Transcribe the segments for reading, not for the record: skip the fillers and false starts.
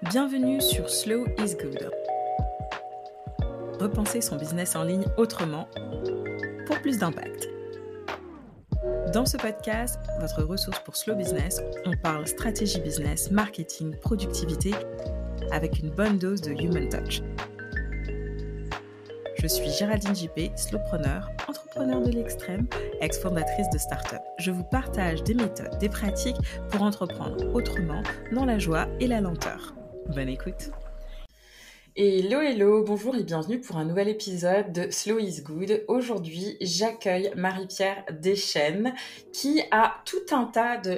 Bienvenue sur Slow is Good. Repenser son business en ligne autrement pour plus d'impact. Dans ce podcast, votre ressource pour Slow Business, on parle stratégie business, marketing, productivité avec une bonne dose de human touch. Je suis Géraldine JP, slowpreneur, entrepreneur de l'extrême, ex-fondatrice de start-up. Je vous partage des méthodes, des pratiques pour entreprendre autrement, dans la joie et la lenteur. Bonne écoute. Hello, bonjour et bienvenue pour un nouvel épisode de Slow is Good. Aujourd'hui, j'accueille Marie-Pierre Deschênes qui a tout un tas de,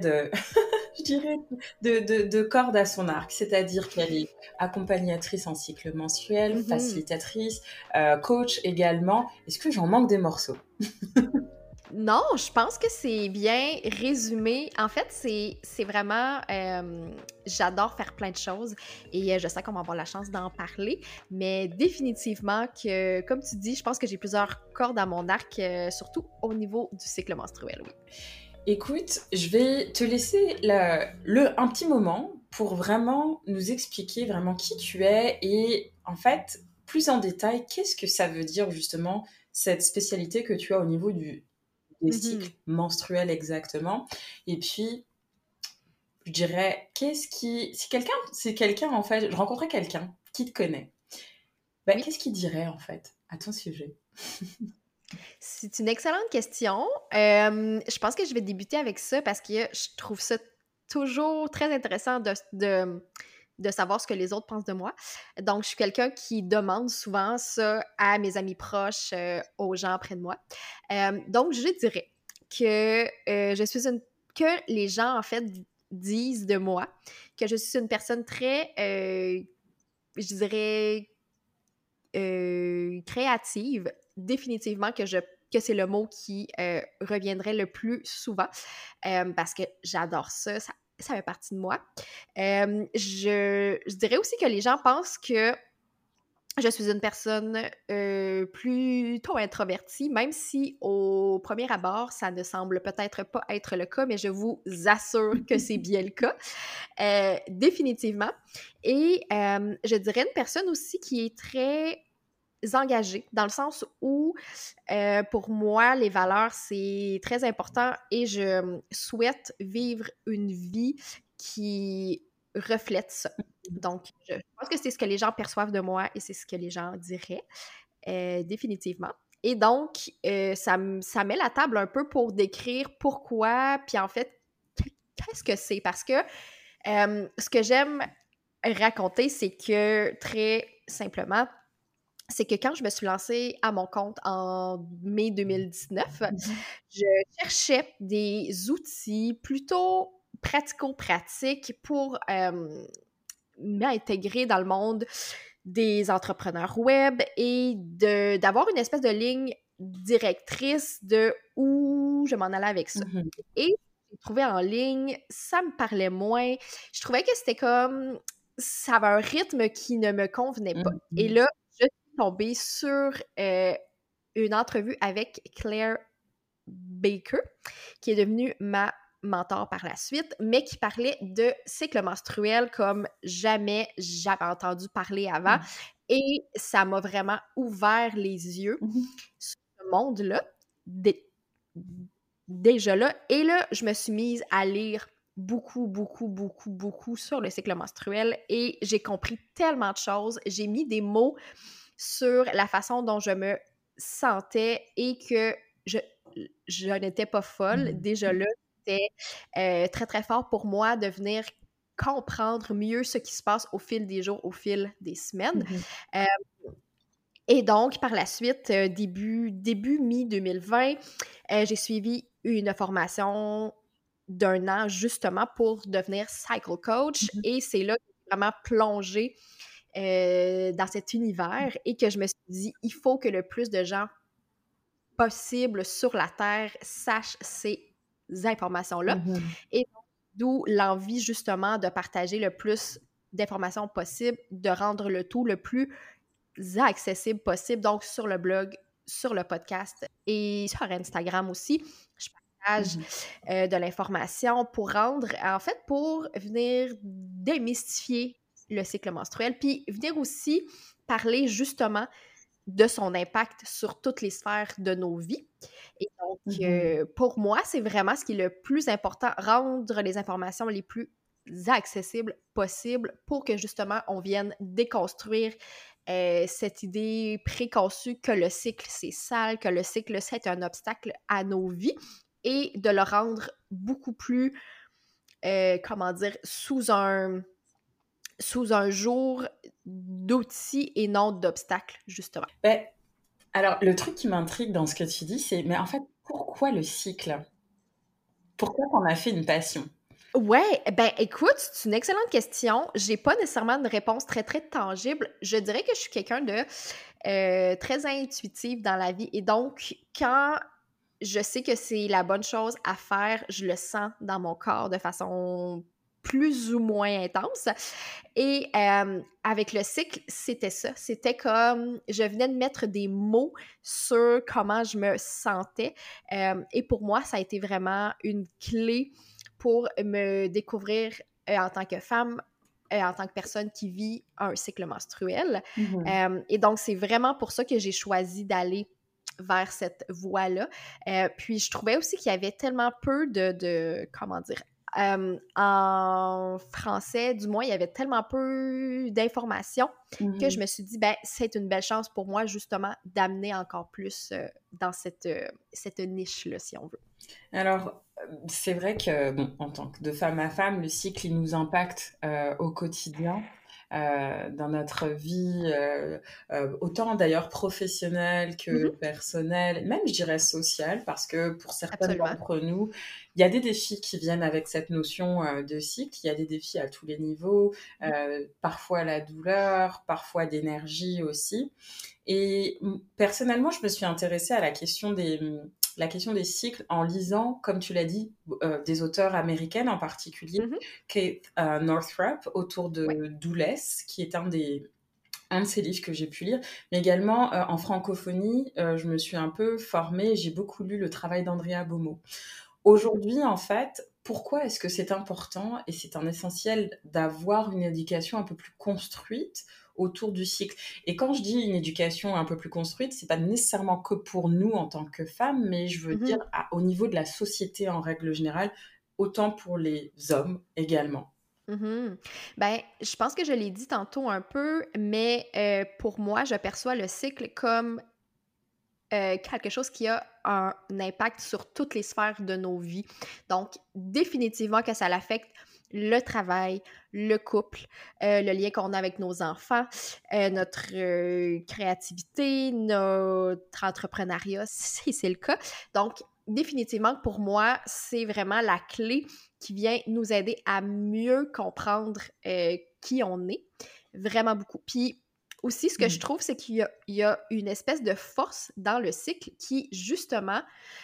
de cordes à son arc. C'est-à-dire qu'elle est accompagnatrice en cycle menstruel, facilitatrice, coach également. Est-ce que j'en manque des morceaux? Non, je pense que c'est bien résumé. En fait, c'est vraiment... j'adore faire plein de choses et je sais qu'on va avoir la chance d'en parler, mais définitivement que, comme tu dis, je pense que j'ai plusieurs cordes à mon arc, surtout au niveau du cycle menstruel, oui. Écoute, je vais te laisser un petit moment pour vraiment nous expliquer vraiment qui tu es et en fait, plus en détail, qu'est-ce que ça veut dire justement cette spécialité que tu as au niveau des cycles menstruels exactement. Et puis, je dirais, si quelqu'un en fait, je rencontrais quelqu'un qui te connaît, Oui. qu'est-ce qu'il dirait en fait à ton sujet? C'est une excellente question. Je pense que je vais débuter avec ça parce que je trouve ça toujours très intéressant de savoir ce que les autres pensent de moi. Donc, je suis quelqu'un qui demande souvent ça à mes amis proches, aux gens près de moi. Donc, je dirais que que les gens, en fait, disent de moi que je suis une personne très, je dirais, créative. Définitivement que c'est le mot qui reviendrait le plus souvent parce que j'adore ça, ça fait partie de moi. Je dirais aussi que les gens pensent que je suis une personne plutôt introvertie, même si au premier abord, ça ne semble peut-être pas être le cas, mais je vous assure que c'est bien le cas, définitivement. Et je dirais une personne aussi qui est très engagée, dans le sens où, pour moi, les valeurs, c'est très important et je souhaite vivre une vie qui reflète ça. Donc, je pense que c'est ce que les gens perçoivent de moi et c'est ce que les gens diraient, définitivement. Et donc, ça met la table un peu pour décrire pourquoi, puis en fait, qu'est-ce que c'est? Parce que ce que j'aime raconter, c'est que, très simplement, c'est que quand je me suis lancée à mon compte en mai 2019, je cherchais des outils plutôt pratico-pratiques pour m'intégrer dans le monde des entrepreneurs web et d'avoir une espèce de ligne directrice de où je m'en allais avec ça. Et j'ai trouvé en ligne, ça me parlait moins. Je trouvais que c'était comme... ça avait un rythme qui ne me convenait pas. Et là, je suis tombée sur une entrevue avec Claire Baker, qui est devenue ma mentor par la suite, mais qui parlait de cycle menstruel comme jamais j'avais entendu parler avant. Et ça m'a vraiment ouvert les yeux sur ce monde-là, déjà là. Et là, je me suis mise à lire beaucoup sur le cycle menstruel et j'ai compris tellement de choses. J'ai mis des mots sur la façon dont je me sentais et que je n'étais pas folle. Déjà là, c'était très, très fort pour moi de venir comprendre mieux ce qui se passe au fil des jours, au fil des semaines. Et donc, par la suite, début mi-2020, j'ai suivi une formation d'1 an justement pour devenir cycle coach. Et c'est là que j'ai vraiment plongé dans cet univers et que je me suis dit, il faut que le plus de gens possible sur la Terre sachent ces informations-là. Et donc, d'où l'envie justement de partager le plus d'informations possible, de rendre le tout le plus accessible possible, donc sur le blog, sur le podcast et sur Instagram aussi. Je partage de l'information pour venir démystifier le cycle menstruel, puis venir aussi parler justement de son impact sur toutes les sphères de nos vies. Et donc, Mhm. pour moi, c'est vraiment ce qui est le plus important, rendre les informations les plus accessibles possibles pour que justement on vienne déconstruire cette idée préconçue que le cycle c'est sale, que le cycle c'est un obstacle à nos vies et de le rendre beaucoup plus, comment dire, sous un jour d'outils et non d'obstacles, justement. Ben, alors, le truc qui m'intrigue dans ce que tu dis, c'est, mais en fait, pourquoi le cycle? Pourquoi t'en as fait une passion? Ouais, ben écoute, c'est une excellente question. J'ai pas nécessairement une réponse très, très tangible. Je dirais que je suis quelqu'un de très intuitive dans la vie. Et donc, quand je sais que c'est la bonne chose à faire, je le sens dans mon corps de façon plus ou moins intense. Et avec le cycle, c'était ça. C'était comme je venais de mettre des mots sur comment je me sentais. Et pour moi, ça a été vraiment une clé pour me découvrir en tant que femme, en tant que personne qui vit un cycle menstruel. Mhm. Et donc, c'est vraiment pour ça que j'ai choisi d'aller vers cette voie-là. Puis, je trouvais aussi qu'il y avait tellement peu comment dire, en français, du moins, il y avait tellement peu d'informations que je Mhm. me suis dit, ben, c'est une belle chance pour moi, justement, d'amener encore plus dans cette niche-là, si on veut. Alors, c'est vrai que, bon, en tant que de femme à femme, le cycle, il nous impacte au quotidien, dans notre vie, autant d'ailleurs professionnelle que Mhm, personnelle, même je dirais sociale, parce que pour certaines absolument. d'entre nous, il y a des défis qui viennent avec cette notion de cycle, il y a des défis à tous les niveaux, Mhm, parfois la douleur, parfois d'énergie aussi. Et personnellement, je me suis intéressée à la question des cycles en lisant, comme tu l'as dit, des auteurs américaines en particulier, mhm, Kate Northrup, autour ouais. de Doulless, qui est un de ces livres que j'ai pu lire, mais également en francophonie, je me suis un peu formée, j'ai beaucoup lu le travail d'Andrea Beaumont. Mhm, Aujourd'hui, en fait, pourquoi est-ce que c'est important et c'est un essentiel d'avoir une éducation un peu plus construite autour du cycle? Et quand je dis une éducation un peu plus construite, c'est pas nécessairement que pour nous en tant que femmes, mais je veux dire mhm. au niveau de la société en règle générale, autant pour les hommes également. Mhm. Ben, je pense que je l'ai dit tantôt un peu, mais pour moi, je perçois le cycle comme quelque chose qui a un impact sur toutes les sphères de nos vies. Donc, définitivement que ça l'affecte le travail, le couple, le lien qu'on a avec nos enfants, notre créativité, notre entrepreneuriat, si c'est le cas. Donc, définitivement, pour moi, c'est vraiment la clé qui vient nous aider à mieux comprendre qui on est, vraiment beaucoup. Puis, aussi, ce que je Mm. trouve, c'est il y a une espèce de force dans le cycle qui, justement,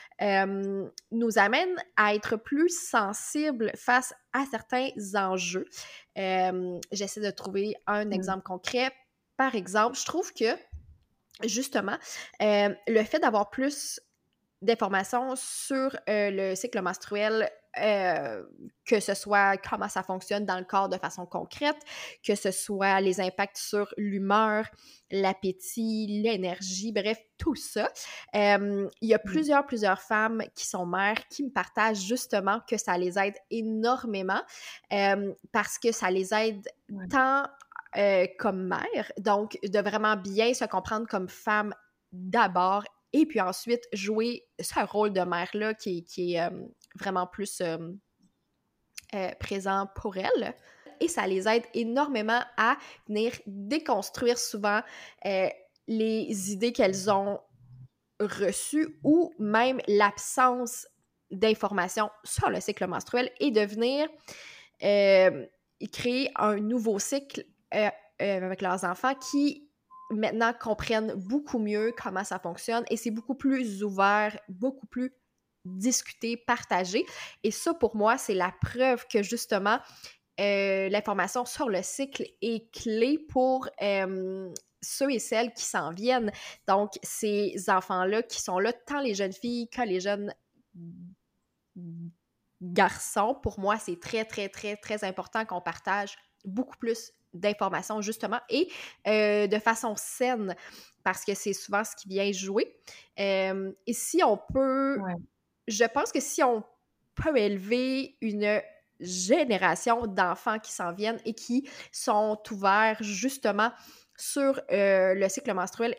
nous amène à être plus sensibles face à certains enjeux. J'essaie de trouver un Mm. exemple concret. Par exemple, je trouve que, justement, le fait d'avoir plus d'informations sur le cycle menstruel, euh, que ce soit comment ça fonctionne dans le corps de façon concrète, que ce soit les impacts sur l'humeur, l'appétit, l'énergie, bref, tout ça. Il y a Mm. plusieurs femmes qui sont mères qui me partagent justement que ça les aide énormément parce que ça les aide Ouais. tant comme mère, donc de vraiment bien se comprendre comme femme d'abord et puis ensuite jouer ce rôle de mère-là qui est vraiment plus présent pour elles. Et ça les aide énormément à venir déconstruire souvent euh, les idées qu'elles ont reçues ou même l'absence d'informations sur le cycle menstruel et de venir euh, créer un nouveau cycle avec leurs enfants qui maintenant comprennent beaucoup mieux comment ça fonctionne et c'est beaucoup plus ouvert, beaucoup plus discuté, partagé. Et ça, pour moi, c'est la preuve que justement, l'information sur le cycle est clé pour ceux et celles qui s'en viennent. Donc, ces enfants-là qui sont là, tant les jeunes filles que les jeunes garçons, pour moi, c'est très, très, très, très important qu'on partage beaucoup plus d'informations, justement, et de façon saine, parce que c'est souvent ce qui vient jouer. Et si on peut, Ouais. je pense que si on peut élever une génération d'enfants qui s'en viennent et qui sont ouverts justement sur le cycle menstruel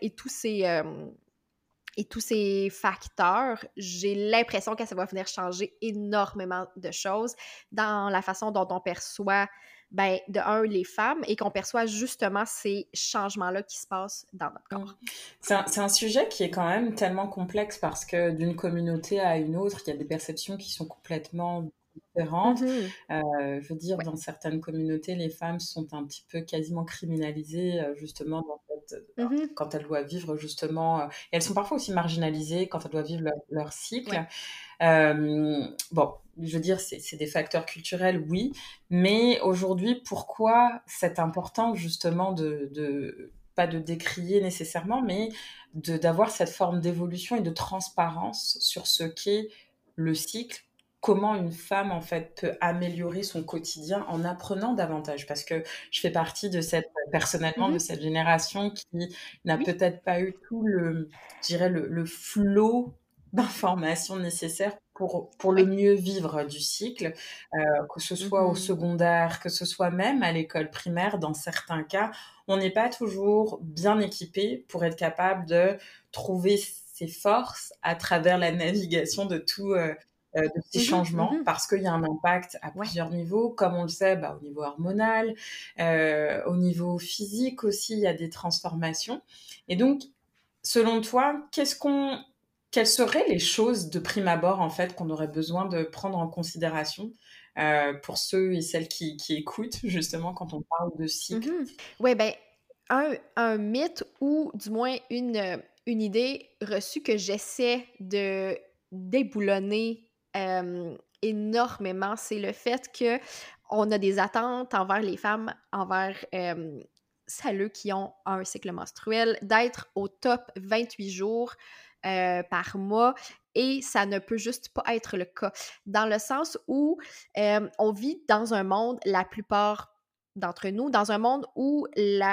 et tous ces facteurs, j'ai l'impression que ça va venir changer énormément de choses dans la façon dont on perçoit, ben, de un, les femmes, et qu'on perçoit justement ces changements-là qui se passent dans notre Mm. corps. C'est un sujet qui est quand même tellement complexe parce que d'une communauté à une autre, il y a des perceptions qui sont complètement différentes. Mhm. Je veux dire, Ouais. dans certaines communautés, les femmes sont un petit peu quasiment criminalisées, justement, Mhm. quand elles doivent vivre, justement, et elles sont parfois aussi marginalisées quand elles doivent vivre leur Ouais. cycle. Bon, je veux dire, c'est des facteurs culturels, oui, mais aujourd'hui, pourquoi c'est important, justement, pas de décrier nécessairement, mais d'avoir cette forme d'évolution et de transparence sur ce qu'est le cycle, comment une femme en fait peut améliorer son quotidien en apprenant davantage, parce que je fais partie de personnellement de Mhm. cette génération qui n'a Oui. peut-être pas eu tout je dirais le flot d'informations nécessaires pour le Ouais. mieux vivre du cycle, que ce soit au Mhm. secondaire, que ce soit même à l'école primaire. Dans certains cas, on n'est pas toujours bien équipé pour être capable de trouver ses forces à travers la navigation de ces Mhm. changements, Mhm. parce qu'il y a un impact à Ouais. plusieurs niveaux, comme on le sait, bah, au niveau hormonal, au niveau physique aussi, il y a des transformations. Et donc, selon toi, quelles seraient les choses de prime abord en fait qu'on aurait besoin de prendre en considération pour ceux et celles qui écoutent justement quand on parle de cycle? Mhm. Ouais, ben, un mythe ou du moins une idée reçue que j'essaie de déboulonner énormément, c'est le fait que on a des attentes envers les femmes, envers celles qui ont un cycle menstruel, d'être au top 28 jours par mois, et ça ne peut juste pas être le cas. Dans le sens où on vit dans un monde, la plupart d'entre nous, dans un monde où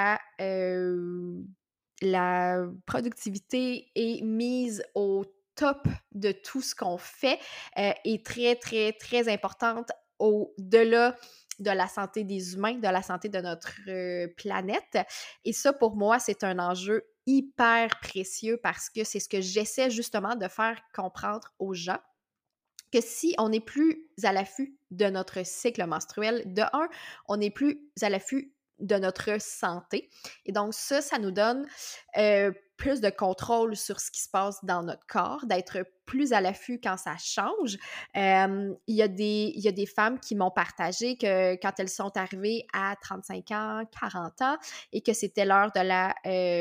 la productivité est mise au top de tout ce qu'on fait, est très, très, très importante au-delà de la santé des humains, de la santé de notre planète. Et ça, pour moi, c'est un enjeu hyper précieux parce que c'est ce que j'essaie justement de faire comprendre aux gens, que si on n'est plus à l'affût de notre cycle menstruel, de un, on n'est plus à l'affût de notre santé. Et donc ça nous donne plus de contrôle sur ce qui se passe dans notre corps, d'être plus à l'affût quand ça change. Il y a des femmes qui m'ont partagé que quand elles sont arrivées à 35 ans, 40 ans, et que c'était l'heure de la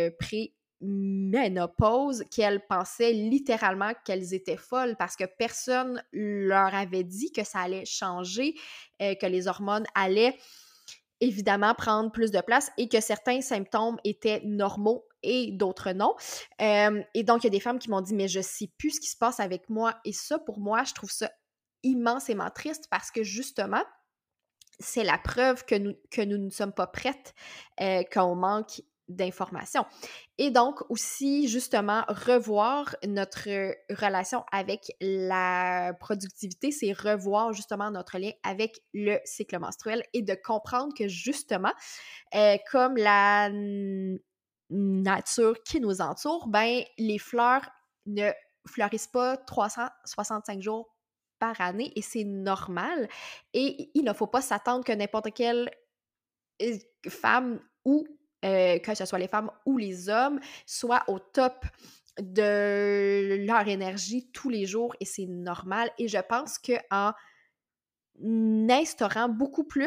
ménopause, qu'elles pensaient littéralement qu'elles étaient folles parce que personne leur avait dit que ça allait changer, que les hormones allaient évidemment prendre plus de place et que certains symptômes étaient normaux et d'autres non. Et donc, il y a des femmes qui m'ont dit « Mais je sais plus ce qui se passe avec moi. » Et ça, pour moi, je trouve ça immensément triste parce que justement, c'est la preuve que nous ne sommes pas prêtes, qu'on manque d'informations. Et donc aussi, justement, revoir notre relation avec la productivité, c'est revoir justement notre lien avec le cycle menstruel et de comprendre que justement, comme la nature qui nous entoure, ben les fleurs ne fleurissent pas 365 jours par année et c'est normal. Et il ne faut pas s'attendre que n'importe quelle femme ou que ce soit les femmes ou les hommes soient au top de leur énergie tous les jours et c'est normal. Et je pense qu'en instaurant beaucoup plus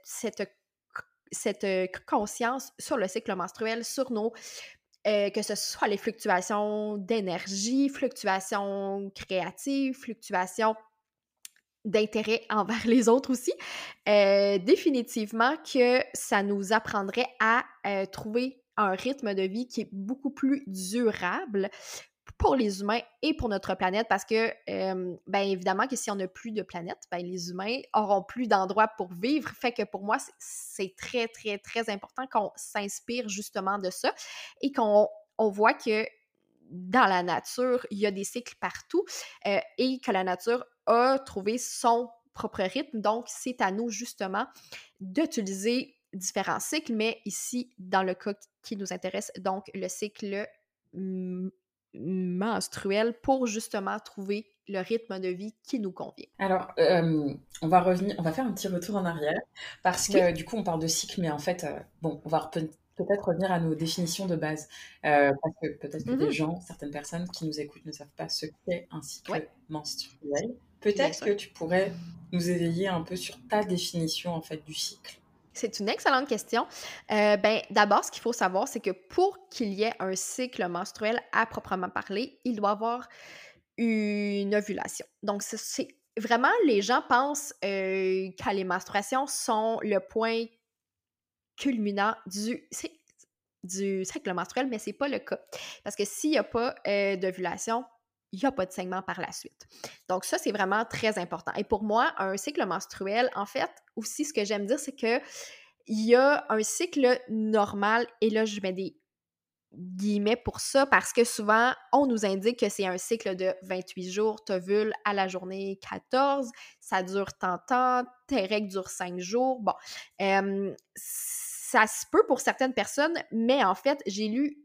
cette conscience sur le cycle menstruel, sur nos que ce soit les fluctuations d'énergie, fluctuations créatives, fluctuations d'intérêt envers les autres aussi, définitivement que ça nous apprendrait à trouver un rythme de vie qui est beaucoup plus durable pour les humains et pour notre planète parce que, ben évidemment que si on n'a plus de planète, ben les humains auront plus d'endroits pour vivre. Fait que pour moi, c'est très, très, très important qu'on s'inspire justement de ça et qu'on voit que dans la nature, il y a des cycles partout et que la nature a trouvé son propre rythme. Donc, c'est à nous justement d'utiliser différents cycles, mais ici, dans le cas qui nous intéresse, donc le cycle menstruel pour justement trouver le rythme de vie qui nous convient. Alors, on va faire un petit retour en arrière parce que Oui. du coup, on parle de cycle, mais en fait, bon, on va peut-être revenir à nos définitions de base parce que peut-être que des Mhm. gens, certaines personnes qui nous écoutent ne savent pas ce qu'est un Oui, cycle menstruel. bien Peut-être sûr. que tu pourrais nous éveiller un peu sur ta définition en fait du cycle. C'est une excellente question. Ben, d'abord, ce qu'il faut savoir, c'est que pour qu'il y ait un cycle menstruel à proprement parler, il doit y avoir une ovulation. Donc, c'est vraiment, les gens pensent que les menstruations sont le point culminant du cycle menstruel, mais c'est pas le cas. Parce que s'il n'y a pas d'ovulation, il n'y a pas de saignement par la suite. Donc ça, c'est vraiment très important. Et pour moi, un cycle menstruel, en fait, aussi, ce que j'aime dire, c'est que il y a un cycle normal, et là, je mets des guillemets pour ça, parce que souvent, on nous indique que c'est un cycle de 28 jours, t'ovules à la journée 14, ça dure tant de temps, tes règles durent 5 jours. Bon, ça se peut pour certaines personnes, mais en fait, j'ai lu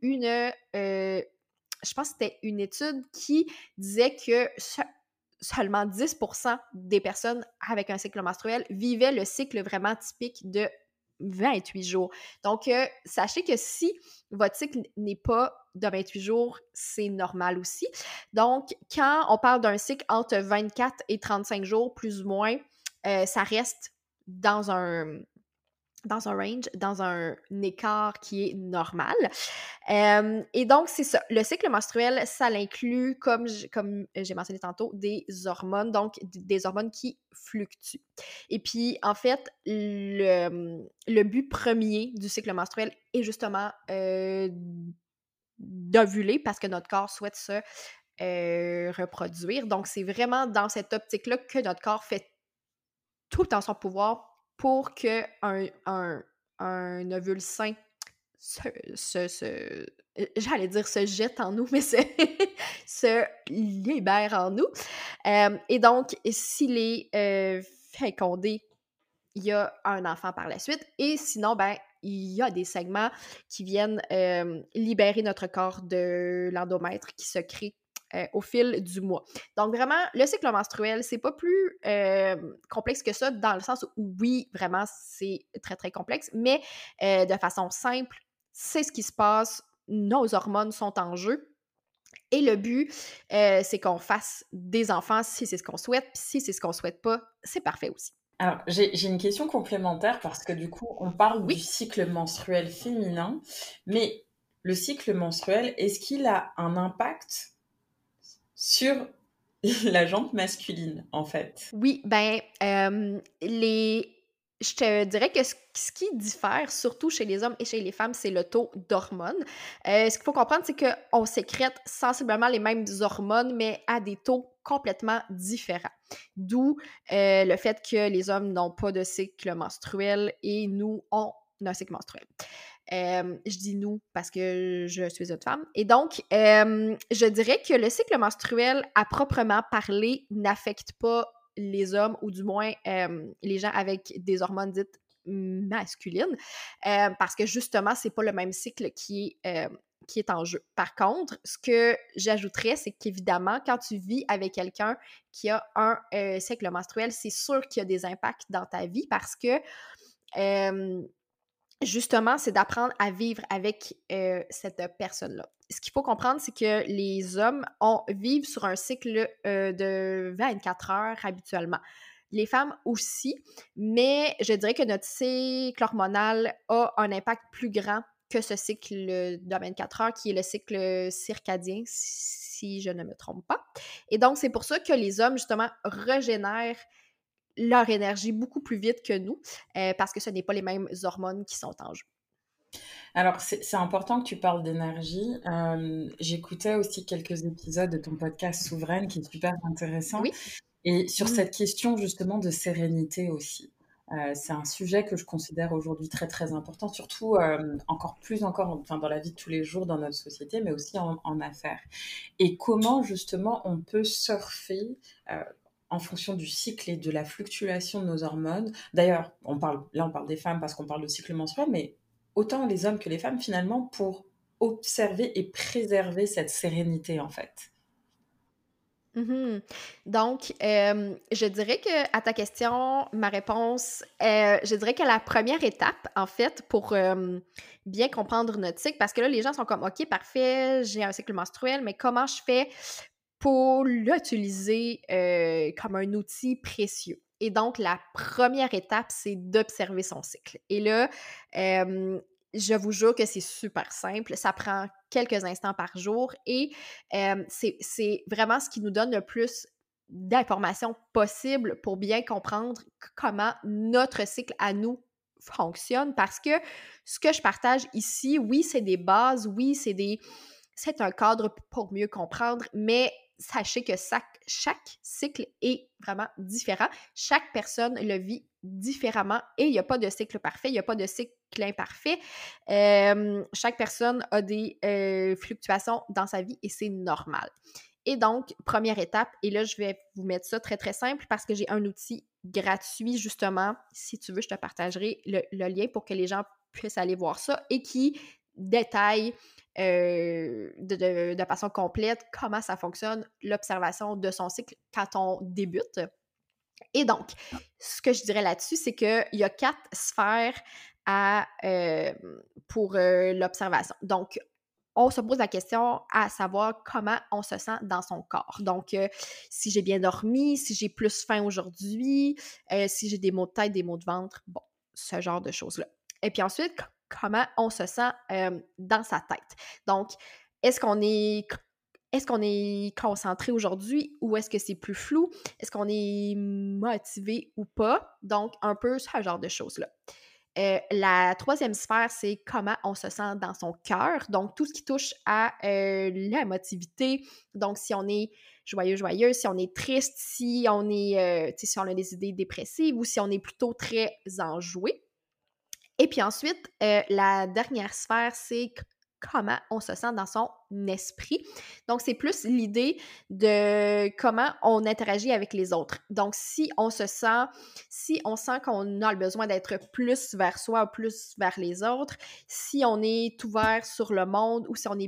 je pense que c'était une étude qui disait que seulement 10% des personnes avec un cycle menstruel vivaient le cycle vraiment typique de 28 jours. Donc, sachez que si votre cycle n'est pas de 28 jours, c'est normal aussi. Donc, quand on parle d'un cycle entre 24 et 35 jours, plus ou moins, ça reste dans un range, dans un écart qui est normal. Et donc, c'est ça. Le cycle menstruel, ça l'inclut, comme j'ai mentionné tantôt, des hormones, donc des hormones qui fluctuent. Et puis, en fait, le but premier du cycle menstruel est justement d'ovuler parce que notre corps souhaite se reproduire. Donc, c'est vraiment dans cette optique-là que notre corps fait tout en son pouvoir pour que un ovule sain j'allais dire se jette en nous, mais se libère en nous. Et donc, s'il est fécondé, il y a un enfant par la suite. Et sinon, ben, il y a des segments qui viennent libérer notre corps de l'endomètre qui se crée au fil du mois. Donc, vraiment, le cycle menstruel, c'est pas plus complexe que ça, dans le sens où, oui, vraiment, c'est très, très complexe, mais de façon simple, c'est ce qui se passe, nos hormones sont en jeu. Et le but, c'est qu'on fasse des enfants si c'est ce qu'on souhaite, puis si c'est ce qu'on souhaite pas, c'est parfait aussi. Alors, j'ai une question complémentaire parce que du coup, on parle du Oui. cycle menstruel féminin, mais le cycle menstruel, est-ce qu'il a un impact sur la jante masculine, en fait? Oui, ben, je te dirais que ce qui diffère, surtout chez les hommes et chez les femmes, c'est le taux d'hormones. Ce qu'il faut comprendre, c'est qu'on sécrète sensiblement les mêmes hormones, mais à des taux complètement différents. D'où le fait que les hommes n'ont pas de cycle menstruel et nous, on a un cycle menstruel. Je dis nous parce que je suis une femme. Et donc, je dirais que le cycle menstruel, à proprement parler, n'affecte pas les hommes, ou du moins les gens avec des hormones dites masculines, parce que justement, c'est pas le même cycle qui est en jeu. Par contre, ce que j'ajouterais, c'est qu'évidemment, quand tu vis avec quelqu'un qui a un cycle menstruel, c'est sûr qu'il y a des impacts dans ta vie parce que justement, c'est d'apprendre à vivre avec cette personne-là. Ce qu'il faut comprendre, c'est que les hommes vivent sur un cycle de 24 heures habituellement. Les femmes aussi, mais je dirais que notre cycle hormonal a un impact plus grand que ce cycle de 24 heures, qui est le cycle circadien, si je ne me trompe pas. Et donc, c'est pour ça que les hommes, justement, régénèrent leur énergie beaucoup plus vite que nous, parce que ce n'est pas les mêmes hormones qui sont en jeu. Alors, c'est important que tu parles d'énergie. J'écoutais aussi quelques épisodes de ton podcast Souveraine, qui est super intéressant. Oui? Et sur Mhm. cette question justement de sérénité aussi. C'est un sujet que je considère aujourd'hui très très important, surtout encore plus encore enfin, dans la vie de tous les jours dans notre société, mais aussi en affaires. Et comment justement on peut surfer euh, en fonction du cycle et de la fluctuation de nos hormones. D'ailleurs, là on parle des femmes parce qu'on parle de cycle menstruel, mais autant les hommes que les femmes finalement pour observer et préserver cette sérénité en fait. Mhm. Donc, je dirais que à ta question, ma réponse, je dirais que la première étape, en fait, pour bien comprendre notre cycle, parce que là, les gens sont comme, OK, parfait, j'ai un cycle menstruel, mais comment je fais pour l'utiliser comme un outil précieux? Et donc, la première étape, c'est d'observer son cycle. Et là, euh, je vous jure que c'est super simple. Ça prend quelques instants par jour et c'est vraiment ce qui nous donne le plus d'informations possibles pour bien comprendre comment notre cycle à nous fonctionne parce que ce que je partage ici, oui, c'est des bases, oui, c'est un cadre pour mieux comprendre, mais sachez que chaque cycle est vraiment différent. Chaque personne le vit différemment et il n'y a pas de cycle parfait, il n'y a pas de cycle imparfait. Chaque personne a des fluctuations dans sa vie et c'est normal. Et donc, première étape, et là, je vais vous mettre ça très, très simple parce que j'ai un outil gratuit, justement. Si tu veux, je te partagerai le lien pour que les gens puissent aller voir ça et qui détaille de façon complète comment ça fonctionne, l'observation de son cycle quand on débute. Et donc, ce que je dirais là-dessus, c'est qu'il y a 4 sphères pour l'observation. Donc, on se pose la question à savoir comment on se sent dans son corps. Donc, si j'ai bien dormi, si j'ai plus faim aujourd'hui, si j'ai des maux de tête, des maux de ventre, bon, ce genre de choses-là. Et puis ensuite, comment on se sent dans sa tête. Donc, est-ce qu'on est est-ce qu'on est concentré aujourd'hui ou est-ce que c'est plus flou? Est-ce qu'on est motivé ou pas? Donc, un peu ce genre de choses-là. La troisième sphère, c'est comment on se sent dans son cœur. Donc, tout ce qui touche à la motivité. Donc, si on est joyeux, si on est triste, si on est, si on a des idées dépressives ou si on est plutôt très enjoué. Et puis ensuite, la dernière sphère, c'est comment on se sent dans son esprit. Donc, c'est plus l'idée de comment on interagit avec les autres. Donc, si on sent qu'on a le besoin d'être plus vers soi ou plus vers les autres, si on est ouvert sur le monde ou si on est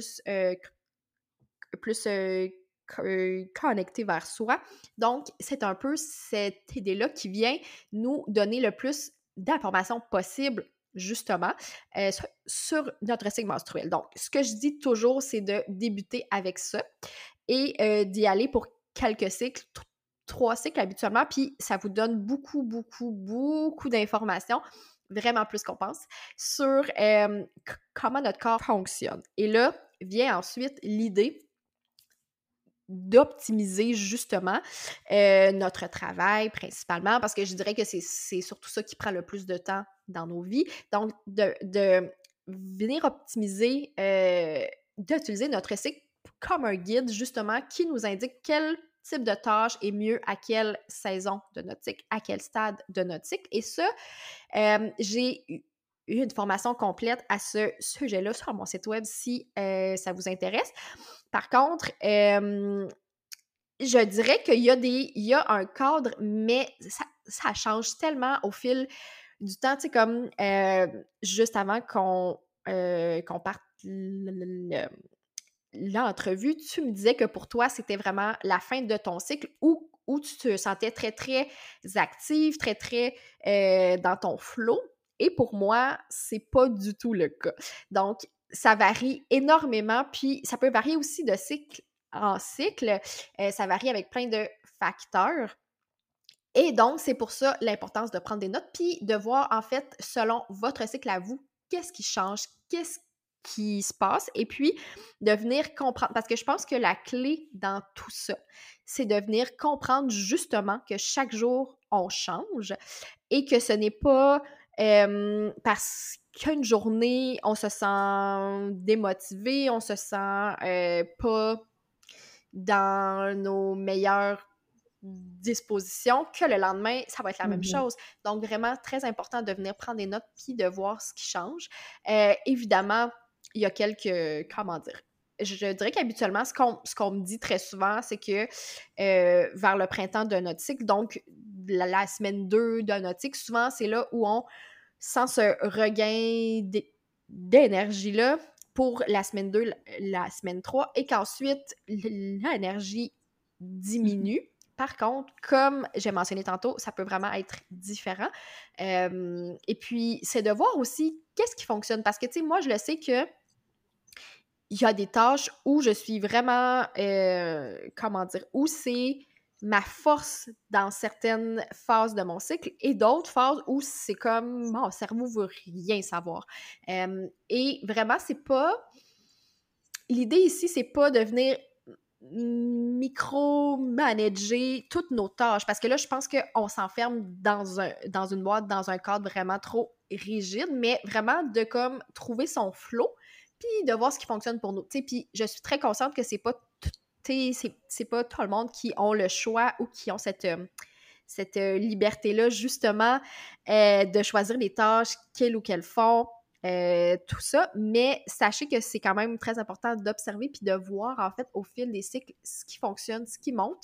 plus connecté vers soi. Donc, c'est un peu cette idée-là qui vient nous donner le plus d'informations possibles justement sur notre cycle menstruel. Donc, ce que je dis toujours, c'est de débuter avec ça et d'y aller pour quelques cycles, 3 cycles habituellement, puis ça vous donne beaucoup, beaucoup, beaucoup d'informations, vraiment plus qu'on pense, sur comment notre corps fonctionne. Et là, vient ensuite l'idée d'optimiser justement notre travail principalement, parce que je dirais que c'est surtout ça qui prend le plus de temps dans nos vies. Donc, de venir optimiser, d'utiliser notre cycle comme un guide justement qui nous indique quel type de tâche est mieux à quelle saison de notre cycle, à quel stade de notre cycle. Et ça, j'ai eu une formation complète à ce sujet-là sur mon site web si ça vous intéresse. Par contre, je dirais qu'il y a un cadre, mais ça change tellement au fil du temps. Tu sais, comme juste avant qu'on parte l'entrevue, tu me disais que pour toi, c'était vraiment la fin de ton cycle où tu te sentais très, très active, très, très dans ton flow. Et pour moi, c'est pas du tout le cas. Donc, ça varie énormément, puis ça peut varier aussi de cycle en cycle. Ça varie avec plein de facteurs. Et donc, c'est pour ça l'importance de prendre des notes, puis de voir, en fait, selon votre cycle à vous, qu'est-ce qui change, qu'est-ce qui se passe, et puis de venir comprendre, parce que je pense que la clé dans tout ça, c'est de venir comprendre justement que chaque jour, on change et que ce n'est pas parce qu'une journée, on se sent démotivé, on se sent pas dans nos meilleures dispositions, que le lendemain, ça va être la même Mhm. chose. Donc, vraiment, très important de venir prendre des notes puis de voir ce qui change. Évidemment, il y a quelques, comment dire, je dirais qu'habituellement, ce qu'on me dit très souvent, c'est que vers le printemps de notre cycle, donc la semaine 2 de notre cycle, souvent, c'est là où on sent ce regain d'énergie-là pour la semaine 2, la semaine 3, et qu'ensuite, l'énergie diminue. Par contre, comme j'ai mentionné tantôt, ça peut vraiment être différent. Et puis, c'est de voir aussi qu'est-ce qui fonctionne. Parce que, tu sais, moi, je le sais que il y a des tâches où je suis vraiment, comment dire, où c'est ma force dans certaines phases de mon cycle et d'autres phases où c'est comme mon cerveau veut rien savoir. Et vraiment, c'est pas. L'idée ici, c'est pas de venir micro-manager toutes nos tâches parce que là, je pense qu'on s'enferme dans une boîte, dans un cadre vraiment trop rigide, mais vraiment de comme trouver son flow puis de voir ce qui fonctionne pour nous. Puis je suis très consciente que c'est pas tout le monde qui ont le choix ou qui ont cette liberté-là, justement, de choisir les tâches qu'ils ou qu'elles font, tout ça. Mais sachez que c'est quand même très important d'observer puis de voir, en fait, au fil des cycles, ce qui fonctionne, ce qui monte,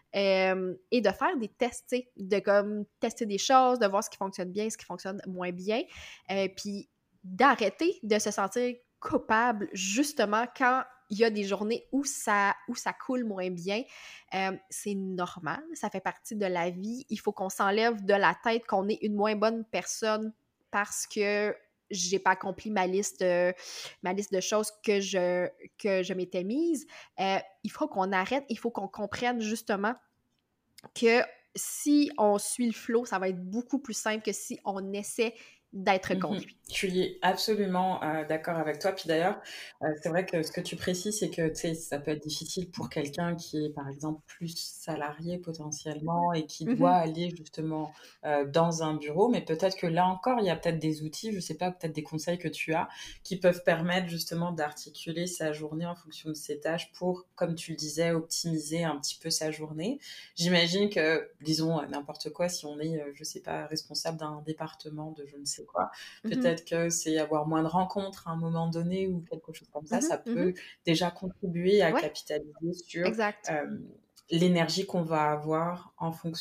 et de faire des tests, tu sais, de comme tester des choses, de voir ce qui fonctionne bien, ce qui fonctionne moins bien, puis d'arrêter de se sentir coupable, justement, quand il y a des journées où ça coule moins bien. C'est normal, ça fait partie de la vie. Il faut qu'on s'enlève de la tête qu'on est une moins bonne personne parce que j'ai pas accompli ma liste de choses que je m'étais mise. Il faut qu'on arrête, il faut qu'on comprenne justement que si on suit le flow, ça va être beaucoup plus simple que si on essaie d'être Mhm. conduit. Je suis absolument d'accord avec toi. Puis d'ailleurs, c'est vrai que ce que tu précises, c'est que tu sais, ça peut être difficile pour quelqu'un qui est, par exemple, plus salarié potentiellement et qui doit Mhm, aller justement dans un bureau. Mais peut-être que là encore, il y a peut-être des outils, je sais pas, peut-être des conseils que tu as qui peuvent permettre justement d'articuler sa journée en fonction de ses tâches pour, comme tu le disais, optimiser un petit peu sa journée. J'imagine que, disons, n'importe quoi, si on est, je sais pas, responsable d'un département de je ne sais quoi, mhm, peut-être que c'est avoir moins de rencontres à un moment donné ou quelque chose comme mhm, ça mhm. peut déjà contribuer à Ouais, capitaliser sur exact. euh, l'énergie qu'on va avoir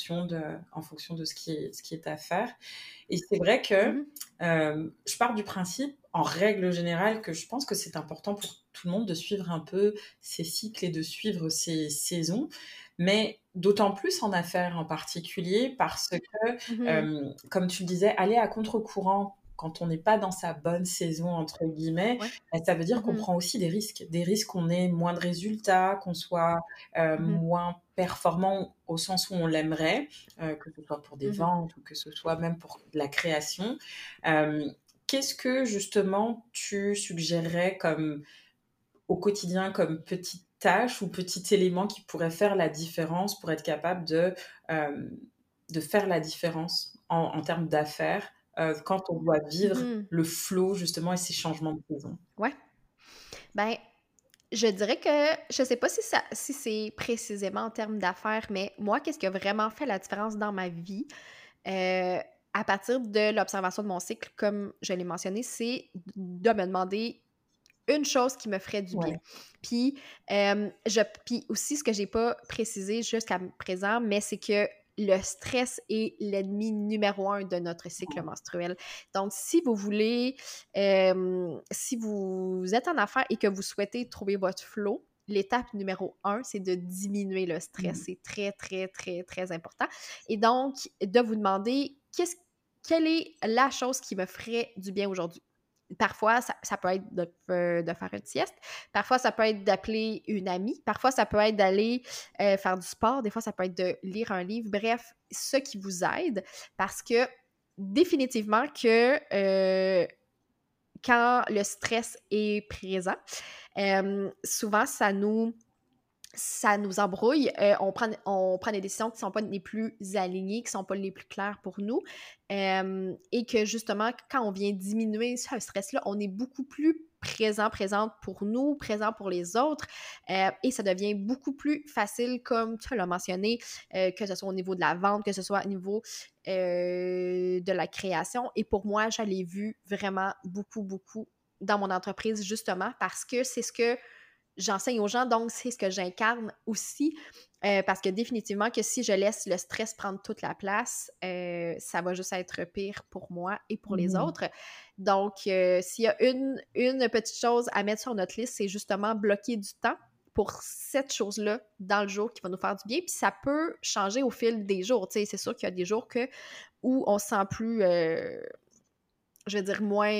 en fonction de ce qui est à faire. Et c'est vrai que Mhm, je pars du principe, en règle générale, que je pense que c'est important pour tout le monde de suivre un peu ces cycles et de suivre ces saisons, mais d'autant plus en affaires en particulier parce que, mhm, comme tu le disais, aller à contre-courant quand on n'est pas dans sa bonne saison, entre guillemets, ouais. bah, ça veut dire qu'on Mhm, prend aussi des risques qu'on ait moins de résultats, qu'on soit mhm, moins performant au sens où on l'aimerait, que ce soit pour des mhm. ventes ou que ce soit même pour de la création. Euh, Qu'est-ce que justement tu suggérerais comme au quotidien comme petite tâche ou petit élément qui pourrait faire la différence pour être capable euh, de faire la différence en termes d'affaires quand on doit vivre Mhm. le flow justement et ces changements de saison? Ouais. Ben, je dirais que je sais pas si c'est précisément en termes d'affaires, mais moi, qu'est-ce qui a vraiment fait la différence dans ma vie, euh, à partir de l'observation de mon cycle, comme je l'ai mentionné, c'est de me demander une chose qui me ferait du bien. Ouais. Puis, puis aussi, ce que j'ai pas précisé jusqu'à présent, mais c'est que le stress est l'ennemi numéro un de notre cycle menstruel. Donc, si vous êtes en affaires et que vous souhaitez trouver votre flow, l'étape numéro un, c'est de diminuer le stress. Mhm. C'est très, très, très, très important. Et donc, de vous demander quelle est la chose qui me ferait du bien aujourd'hui. Parfois, ça peut être de faire une sieste. Parfois, ça peut être d'appeler une amie. Parfois, ça peut être d'aller faire du sport. Des fois, ça peut être de lire un livre. Bref, ce qui vous aide, parce que définitivement que quand le stress est présent, souvent, ça nous ça nous embrouille, on prend des décisions qui ne sont pas les plus alignées, qui ne sont pas les plus claires pour nous, et que justement, quand on vient diminuer ce stress-là, on est beaucoup plus présente pour nous, présent pour les autres, et ça devient beaucoup plus facile, comme tu l'as mentionné, que ce soit au niveau de la vente, que ce soit au niveau de la création. Et pour moi, je l'ai vu vraiment beaucoup, beaucoup dans mon entreprise, justement, parce que c'est ce que j'enseigne aux gens, donc c'est ce que j'incarne aussi, parce que définitivement que si je laisse le stress prendre toute la place, ça va juste être pire pour moi et pour les Mhm. autres. Donc, s'il y a une petite chose à mettre sur notre liste, c'est justement bloquer du temps pour cette chose-là dans le jour qui va nous faire du bien, puis ça peut changer au fil des jours, tu sais, c'est sûr qu'il y a des jours où on se sent plus, je vais dire, moins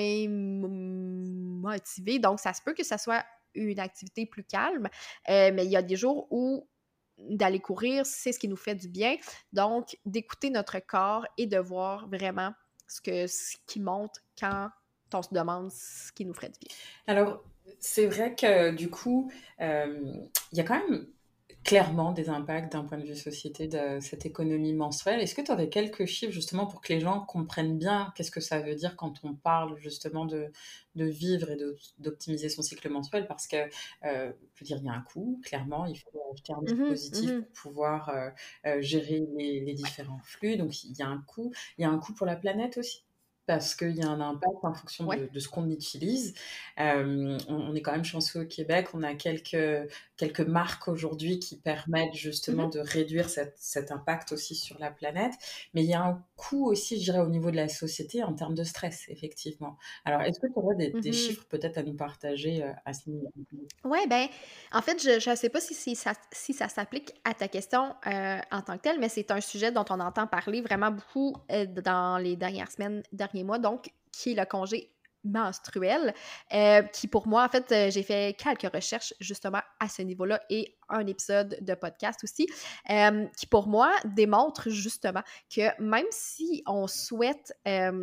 motivé. Donc, ça se peut que ça soit une activité plus calme, mais il y a des jours où d'aller courir, c'est ce qui nous fait du bien. Donc, d'écouter notre corps et de voir vraiment ce qui monte quand on se demande ce qui nous ferait du bien. Alors, c'est vrai que du coup, il y a quand même clairement des impacts d'un point de vue société de cette économie menstruelle. Est-ce que tu aurais quelques chiffres justement pour que les gens comprennent bien qu'est-ce que ça veut dire quand on parle justement de vivre et d'optimiser son cycle menstruel? Parce que, je veux dire, il y a un coût, clairement, il faut acheter un Mhm, dispositif mhm. pour pouvoir gérer les différents flux. Donc, il y a un coût. Il y a un coût pour la planète aussi. Parce qu'il y a un impact en fonction Ouais. de ce qu'on utilise. On est quand même chanceux au Québec. On a quelques marques aujourd'hui qui permettent justement Mhm, de réduire cet impact aussi sur la planète. Mais il y a un coût aussi, je dirais, au niveau de la société en termes de stress, effectivement. Alors, est-ce que tu aurais des mhm. chiffres peut-être à nous partager à ce niveau? Ouais, ben, en fait, je ne sais pas si ça s'applique à ta question en tant que telle, mais c'est un sujet dont on entend parler vraiment beaucoup dans les dernières semaines, derniers mois, donc qui est le congé menstruel, qui pour moi, en fait, j'ai fait quelques recherches justement à ce niveau-là et un épisode de podcast aussi, qui pour moi démontre justement que même si on souhaite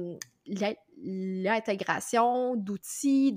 l'intégration d'outils,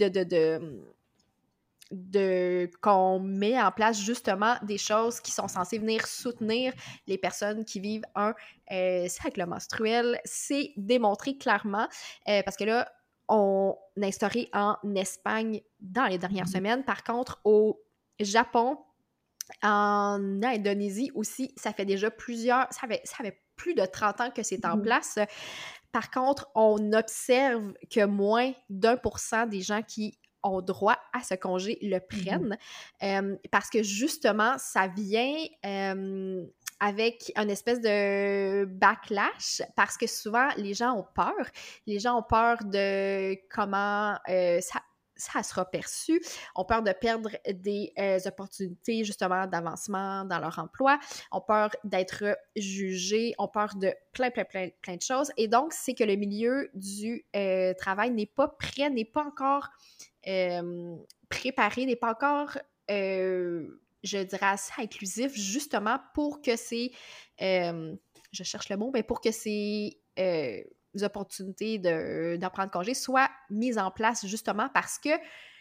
qu'on met en place justement des choses qui sont censées venir soutenir les personnes qui vivent un cycle menstruel. C'est démontré clairement parce que là, on a instauré en Espagne dans les dernières semaines. Par contre, au Japon, en Indonésie aussi, ça fait déjà ça fait plus de 30 ans que c'est en Mhm. place. Par contre, on observe que moins d'1% des gens qui ont droit à ce congé le Mhm. prennent parce que justement, ça vient avec une espèce de backlash parce que souvent, les gens ont peur. Les gens ont peur de comment ça sera perçu, ont peur de perdre des opportunités justement d'avancement dans leur emploi, ont peur d'être jugés, ont peur de plein de choses. Et donc, c'est que le milieu du travail n'est pas prêt, n'est pas encore préparé, n'est pas encore, je dirais, assez inclusif, justement pour que je cherche le mot, mais pour que ces opportunités d'en prendre congé soient mises en place, justement parce que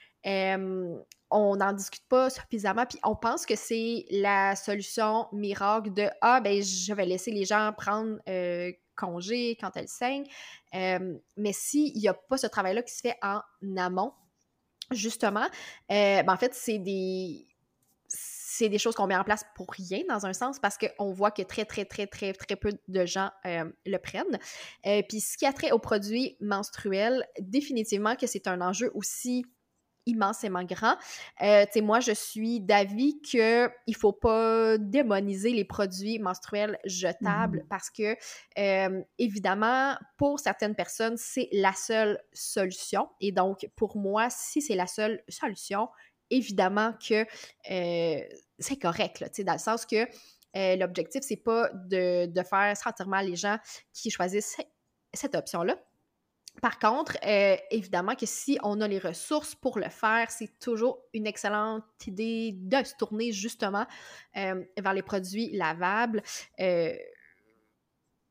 on n'en discute pas suffisamment, puis on pense que c'est la solution miracle de ah, ben, je vais laisser les gens prendre congé quand elles saignent. Mais s'il n'y a pas ce travail-là qui se fait en amont, justement, ben, en fait, c'est des choses qu'on met en place pour rien, dans un sens, parce qu'on voit que très peu de gens le prennent. Puis ce qui a trait aux produits menstruels, définitivement que c'est un enjeu aussi immensément grand. Moi, je suis d'avis qu'il ne faut pas démoniser les produits menstruels jetables Mhm. parce que, évidemment, pour certaines personnes, c'est la seule solution. Et donc, pour moi, si c'est la seule solution, évidemment que c'est correct, là, dans le sens que l'objectif, c'est pas de faire sentir mal les gens qui choisissent cette option-là. Par contre, évidemment que si on a les ressources pour le faire, c'est toujours une excellente idée de se tourner justement vers les produits lavables,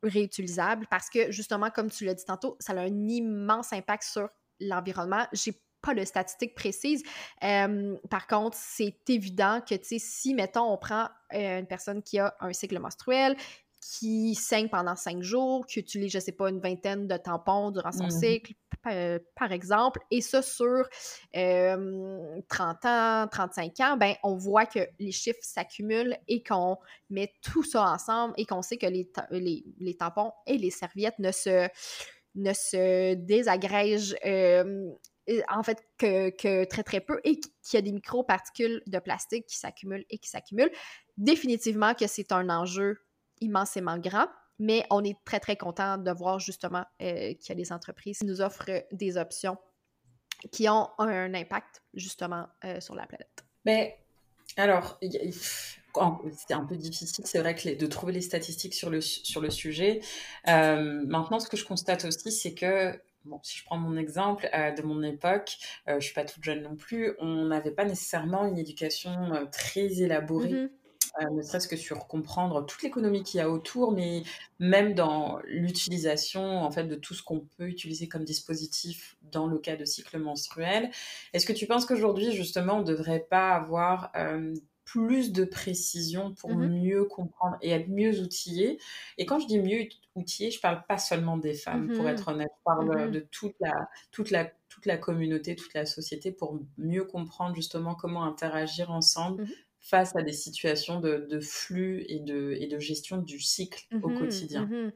réutilisables, parce que justement, comme tu l'as dit tantôt, ça a un immense impact sur l'environnement. J'ai pas de statistiques précises. Par contre, c'est évident que, tu sais, si, mettons, on prend une personne qui a un cycle menstruel, qui saigne pendant 5 jours, qui utilise, je sais pas, une vingtaine de tampons durant son Mhm. cycle, par exemple, et ça sur 30 ans, 35 ans, ben on voit que les chiffres s'accumulent et qu'on met tout ça ensemble et qu'on sait que les tampons et les serviettes ne se désagrègent en fait que très très peu et qu'il y a des microparticules de plastique qui s'accumulent et qui s'accumulent. Définitivement que c'est un enjeu immensément grand, mais on est très très content de voir justement qu'il y a des entreprises qui nous offrent des options qui ont un impact justement sur la planète. Mais alors, c'est un peu difficile, c'est vrai de trouver les statistiques sur le sujet. Maintenant, ce que je constate aussi, c'est que, bon, si je prends mon exemple de mon époque, je suis pas toute jeune non plus, on n'avait pas nécessairement une éducation très élaborée. Mm-hmm. Ne serait-ce que sur comprendre toute l'économie qu'il y a autour, mais même dans l'utilisation en fait de tout ce qu'on peut utiliser comme dispositif dans le cas de cycle menstruel. Est-ce que tu penses qu'aujourd'hui justement on ne devrait pas avoir plus de précision pour Mm-hmm. mieux comprendre et être mieux outillé? Et quand je dis mieux outillé, je parle pas seulement des femmes, pour Mm-hmm. être honnête, je parle Mm-hmm. de toute la communauté, toute la société pour mieux comprendre justement comment interagir ensemble Mm-hmm. face à des situations de flux et de gestion du cycle au Mm-hmm. quotidien. Mm-hmm.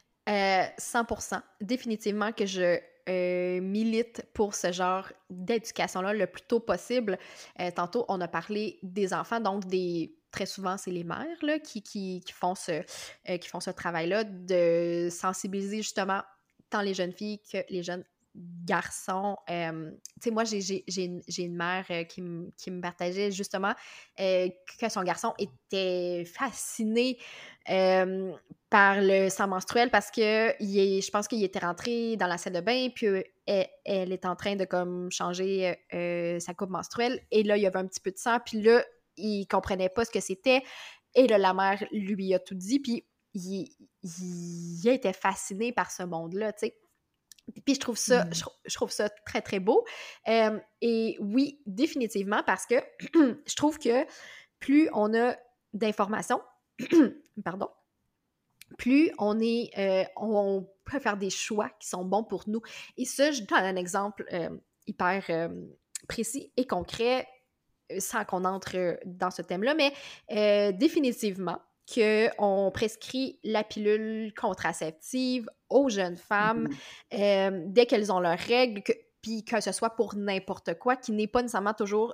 100%. Définitivement que je milite pour ce genre d'éducation-là le plus tôt possible. Tantôt, on a parlé des enfants, donc très souvent, c'est les mères là, qui font ce travail-là de sensibiliser justement tant les jeunes filles que les jeunes garçons. Tu sais, moi, j'ai une mère qui me partageait justement que son garçon était fasciné euh, par le sang menstruel parce que je pense qu'il était rentré dans la salle de bain, puis elle est en train de comme changer sa coupe menstruelle, et là, il y avait un petit peu de sang, puis là, il comprenait pas ce que c'était, et là, la mère lui a tout dit, puis il était fasciné par ce monde-là, tu sais. Puis Mmh. je trouve ça très, très beau. Et oui, définitivement, parce que je trouve que plus on a d'informations, pardon, plus on peut faire des choix qui sont bons pour nous. Et ça, je donne un exemple hyper précis et concret, sans qu'on entre dans ce thème-là, mais définitivement qu'on prescrit la pilule contraceptive aux jeunes femmes Mmh. dès qu'elles ont leurs règles, puis que ce soit pour n'importe quoi, qui n'est pas nécessairement toujours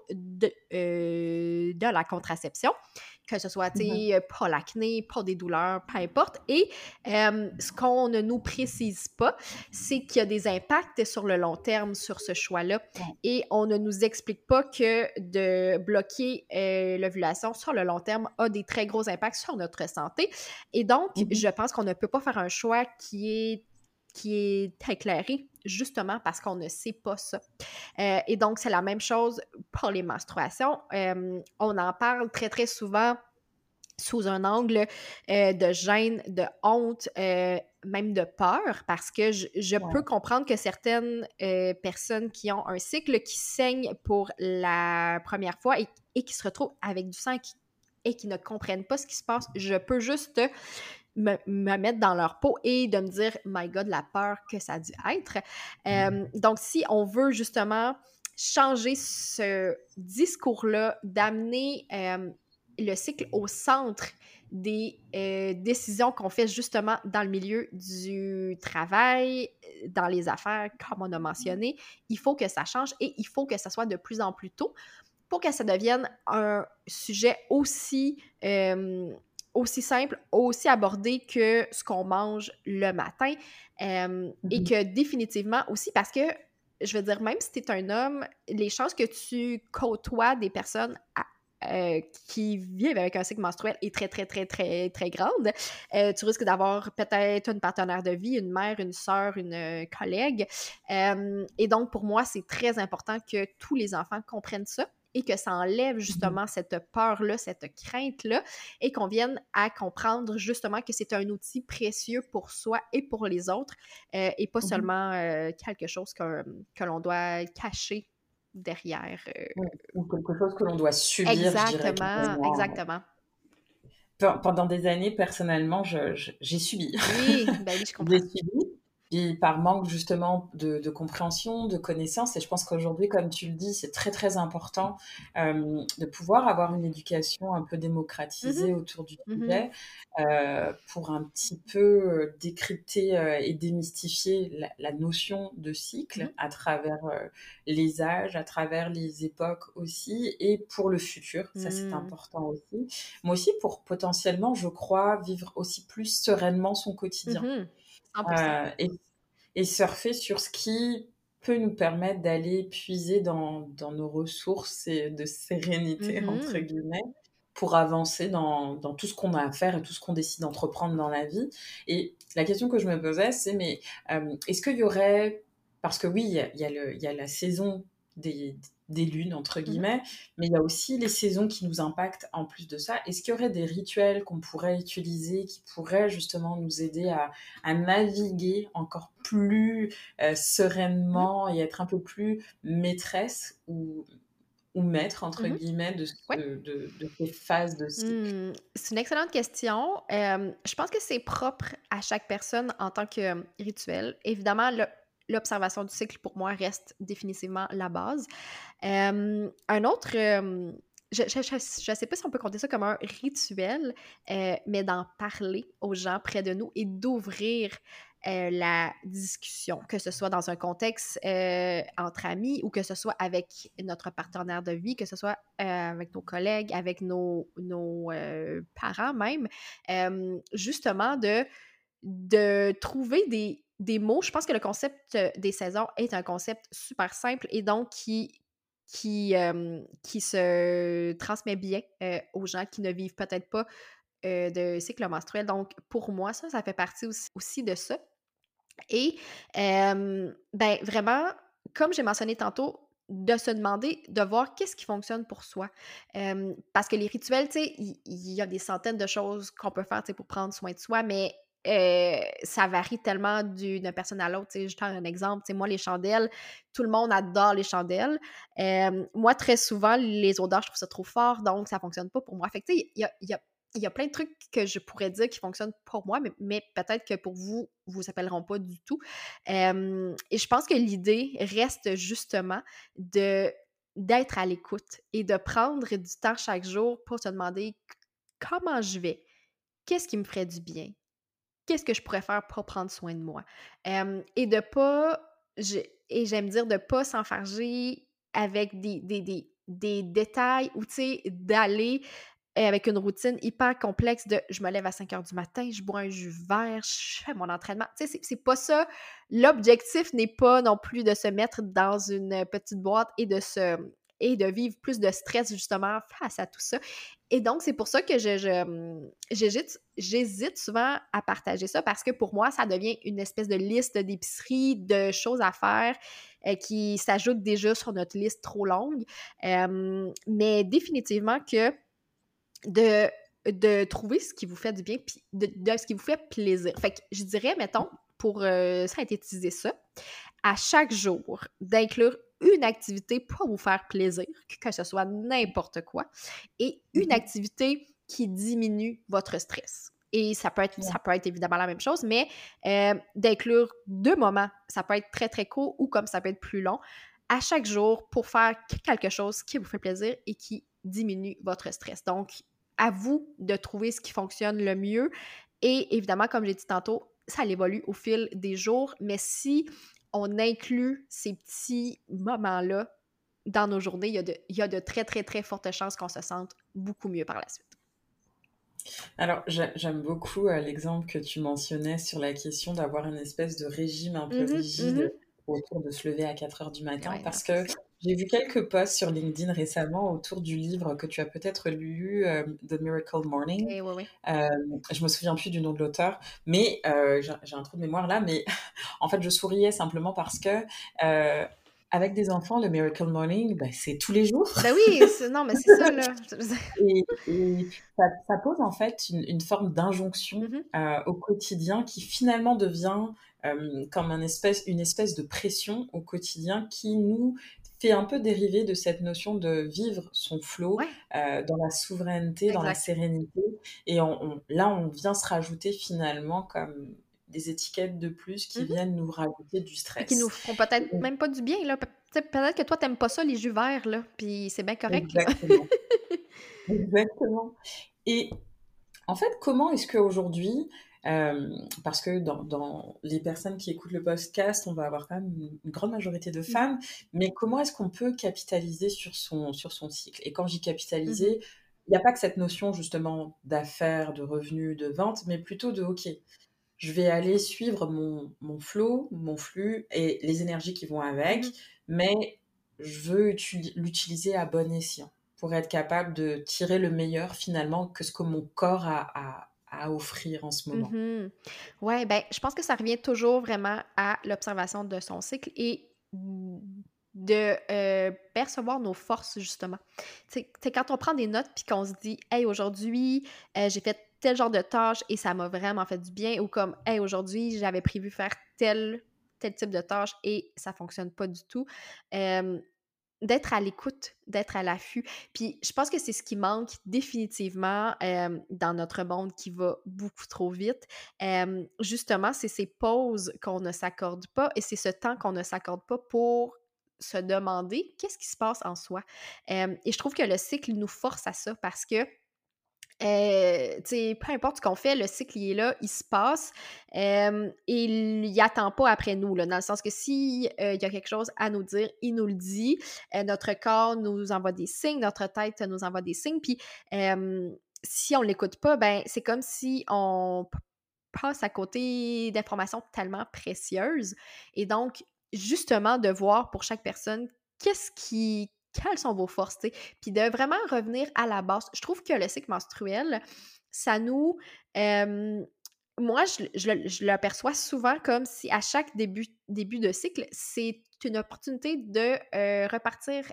de la contraception, que ce soit, tu Mmh. sais, pas l'acné, pas des douleurs, peu importe. Et ce qu'on ne nous précise pas, c'est qu'il y a des impacts sur le long terme sur ce choix-là. Ouais. Et on ne nous explique pas que de bloquer l'ovulation sur le long terme a des très gros impacts sur notre santé. Et donc, Mmh. je pense qu'on ne peut pas faire un choix qui est éclairé, justement parce qu'on ne sait pas ça. Et donc, c'est la même chose pour les menstruations. On en parle très, très souvent sous un angle de gêne, de honte, même de peur, parce que je peux Ouais. comprendre que certaines personnes qui ont un cycle qui saignent pour la première fois et qui se retrouvent avec du sang et qui ne comprennent pas ce qui se passe, je peux juste me mettre dans leur peau et de me dire, my God, la peur que ça a dû être. Donc, si on veut justement changer ce discours-là, d'amener le cycle au centre des décisions qu'on fait justement dans le milieu du travail, dans les affaires, comme on a mentionné, il faut que ça change et il faut que ça soit de plus en plus tôt pour que ça devienne un sujet aussi simple, aussi abordé que ce qu'on mange le matin. Et Mmh. que définitivement aussi, parce que, je veux dire, même si tu es un homme, les chances que tu côtoies des personnes qui vivent avec un cycle menstruel est très, très, très, très, très grande. Tu risques d'avoir peut-être une partenaire de vie, une mère, une sœur, une collègue. Et donc, pour moi, c'est très important que tous les enfants comprennent ça et que ça enlève Mmh. justement cette peur-là, cette crainte-là, et qu'on vienne à comprendre justement que c'est un outil précieux pour soi et pour les autres, et pas Mmh. seulement quelque chose que l'on doit cacher derrière. Ou quelque chose que l'on doit subir, je dirais Exactement, carrément. exactement. Pendant des années, personnellement, j'ai subi. Oui, ben oui, je J'ai comprends. subi, puis par manque justement de compréhension, de connaissances. Et je pense qu'aujourd'hui, comme tu le dis, c'est très très important de pouvoir avoir une éducation un peu Mhm, démocratisée autour du mhm, sujet pour un petit peu décrypter et démystifier la notion de cycle mhm, à travers les âges, à travers les époques aussi, et pour le futur, ça c'est mm, important aussi. Moi aussi, pour potentiellement, je crois, vivre aussi plus sereinement son quotidien. mhm, 100%. Euh, et, et surfer sur ce qui peut nous permettre d'aller puiser dans nos ressources et de sérénité, entre Mhm, guillemets, pour avancer dans tout ce qu'on a à faire et tout ce qu'on décide d'entreprendre dans la vie. Et la question que je me posais, c'est, mais est-ce qu'il y aurait, parce que oui, il y a la saison des, des lunes, entre mhm. guillemets, mais il y a aussi les saisons qui nous impactent en plus de ça. Est-ce qu'il y aurait des rituels qu'on pourrait utiliser, qui pourraient justement nous aider à naviguer encore plus Mhm. sereinement et être un peu plus maîtresse ou maître, entre Mhm. guillemets, Ouais. de ces phases de cycle. C'est une excellente question. Je pense que c'est propre à chaque personne en tant que rituel. Évidemment, l'observation du cycle, pour moi, reste définitivement la base. Un autre, je sais pas si on peut compter ça comme un rituel, mais d'en parler aux gens près de nous et d'ouvrir la discussion, que ce soit dans un contexte entre amis ou que ce soit avec notre partenaire de vie, que ce soit avec nos collègues, avec nos parents même, justement de trouver des mots. Je pense que le concept des saisons est un concept super simple et donc qui se transmet bien aux gens qui ne vivent peut-être pas de cycle menstruel. Donc, pour moi, ça fait partie aussi de ça. Et ben, vraiment, comme j'ai mentionné tantôt, de se demander, de voir qu'est-ce qui fonctionne pour soi. Parce que les rituels, tu sais, il y a des centaines de choses qu'on peut faire, tu sais, pour prendre soin de soi, mais ça varie tellement d'une personne à l'autre. Tu sais, je te donne un exemple. Tu sais, moi, les chandelles, tout le monde adore les chandelles. Moi, très souvent, les odeurs, je trouve ça trop fort, donc ça fonctionne pas pour moi. Fait que, tu sais, il y a plein de trucs que je pourrais dire qui fonctionnent pour moi, mais peut-être que pour vous, vous s'appelleront pas du tout. Et je pense que l'idée reste justement de d'être à l'écoute et de prendre du temps chaque jour pour se demander comment je vais, qu'est-ce qui me ferait du bien, qu'est-ce que je pourrais faire pour prendre soin de moi. Et de pas, et j'aime dire de pas s'enfarger avec des détails ou, tu sais, d'aller avec une routine hyper complexe de je me lève à 5 heures du matin, je bois un jus vert, je fais mon entraînement. Tu sais, c'est pas ça. L'objectif n'est pas non plus de se mettre dans une petite boîte et de vivre plus de stress justement face à tout ça. Et donc, c'est pour ça que j'hésite souvent à partager ça parce que pour moi, ça devient une espèce de liste d'épicerie, de choses à faire qui s'ajoutent déjà sur notre liste trop longue. Mais définitivement que de, de trouver ce qui vous fait du bien, puis de ce qui vous fait plaisir. Fait que je dirais, mettons, pour synthétiser ça, à chaque jour, d'inclure une activité pour vous faire plaisir, que ce soit n'importe quoi, et une Mhm. activité qui diminue votre stress. Et Ouais. ça peut être évidemment la même chose, mais d'inclure 2 moments, ça peut être très, très court ou comme ça peut être plus long, à chaque jour pour faire quelque chose qui vous fait plaisir et qui diminue votre stress. Donc, à vous de trouver ce qui fonctionne le mieux. Et évidemment, comme j'ai dit tantôt, ça évolue au fil des jours, mais si on inclut ces petits moments-là dans nos journées, il y a de très, très, très fortes chances qu'on se sente beaucoup mieux par la suite. Alors, j'aime beaucoup l'exemple que tu mentionnais sur la question d'avoir une espèce de régime un peu Mhm, rigide mhm. autour de se lever à 4 heures du matin, Ouais, non, parce c'est que ça. j'ai vu quelques posts sur LinkedIn récemment autour du livre que tu as peut-être lu, The Miracle Morning. Et ouais, ouais. Euh, je me souviens plus du nom de l'auteur, mais j'ai un trou de mémoire là, mais en fait, je souriais simplement parce que euh, avec des enfants, le Miracle Morning, ben, c'est tous les jours. Ben oui, non, mais c'est ça, là. Et ça pose en fait une forme d'injonction Mhm, au quotidien qui finalement devient comme une espèce de pression au quotidien qui nous fait un peu dériver de cette notion de vivre son flow Ouais, dans la souveraineté, dans la exact. sérénité. Et là, on vient se rajouter finalement comme des étiquettes de plus qui Mmh. viennent nous rajouter du Puis qui nous stress. feront peut-être même pas du bien, là. Tu sais, peut-être que toi, t'aimes pas ça, les jus verts, là, puis c'est bien correct, là. Exactement, exactement. Et en fait, comment est-ce qu'aujourd'hui, parce que dans les personnes qui écoutent le podcast, on va avoir quand même une grande majorité de Mmh mh. femmes, mais comment est-ce qu'on peut capitaliser sur son cycle? Et quand j'y Mmh. capitaliser, il n'y a pas que cette notion justement d'affaires, de revenus, de vente, mais plutôt de, OK, je vais aller suivre mon flow, mon flux et les énergies qui vont avec, Mmh. mais je veux l'utiliser à bon escient pour être capable de tirer le meilleur finalement que ce que mon corps a à offrir en ce moment. Mmh. Ouais, ben, je pense que ça revient toujours vraiment à l'observation de son cycle et de, percevoir nos forces, justement. Tu sais, quand on prend des notes puis qu'on se dit: «Hey, aujourd'hui, j'ai fait tel genre de tâche et ça m'a vraiment fait du bien» ou comme: «Hey, aujourd'hui, j'avais prévu faire tel type de tâche et ça fonctionne pas du tout». Hem D'être à l'écoute, d'être à l'affût. Puis je pense que c'est ce qui manque définitivement, dans notre monde qui va beaucoup trop vite. Justement, c'est ces pauses qu'on ne s'accorde pas et c'est ce temps qu'on ne s'accorde pas pour se demander qu'est-ce qui se passe en soi. Et je trouve que le cycle nous force à ça parce que tu sais, peu importe ce qu'on fait, le cycle, il est là, il se passe, et il attend pas après nous, là, dans le sens que si, il y a quelque chose à nous dire, il nous le dit. Notre corps nous envoie des signes, notre tête nous envoie des signes, puis, si on l'écoute pas, ben, c'est comme si on passe à côté d'informations tellement précieuses et donc, justement, de voir pour chaque personne quelles sont vos forces, tu sais? Puis de vraiment revenir à la base. Je trouve que le cycle menstruel, ça nous, hem, moi, je le perçois souvent comme si à chaque début de cycle, c'est une opportunité de, repartir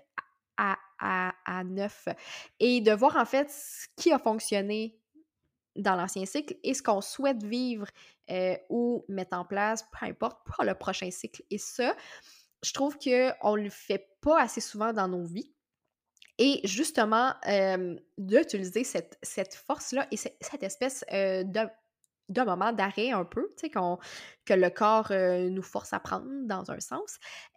à neuf et de voir, en fait, ce qui a fonctionné dans l'ancien cycle et ce qu'on souhaite vivre, ou mettre en place, peu importe, pour le prochain cycle et ça, je trouve qu'on le fait pas assez souvent dans nos vies et justement, d'utiliser cette force-là et cette espèce, de moment d'arrêt un peu, tu sais, que le corps, nous force à prendre dans un sens,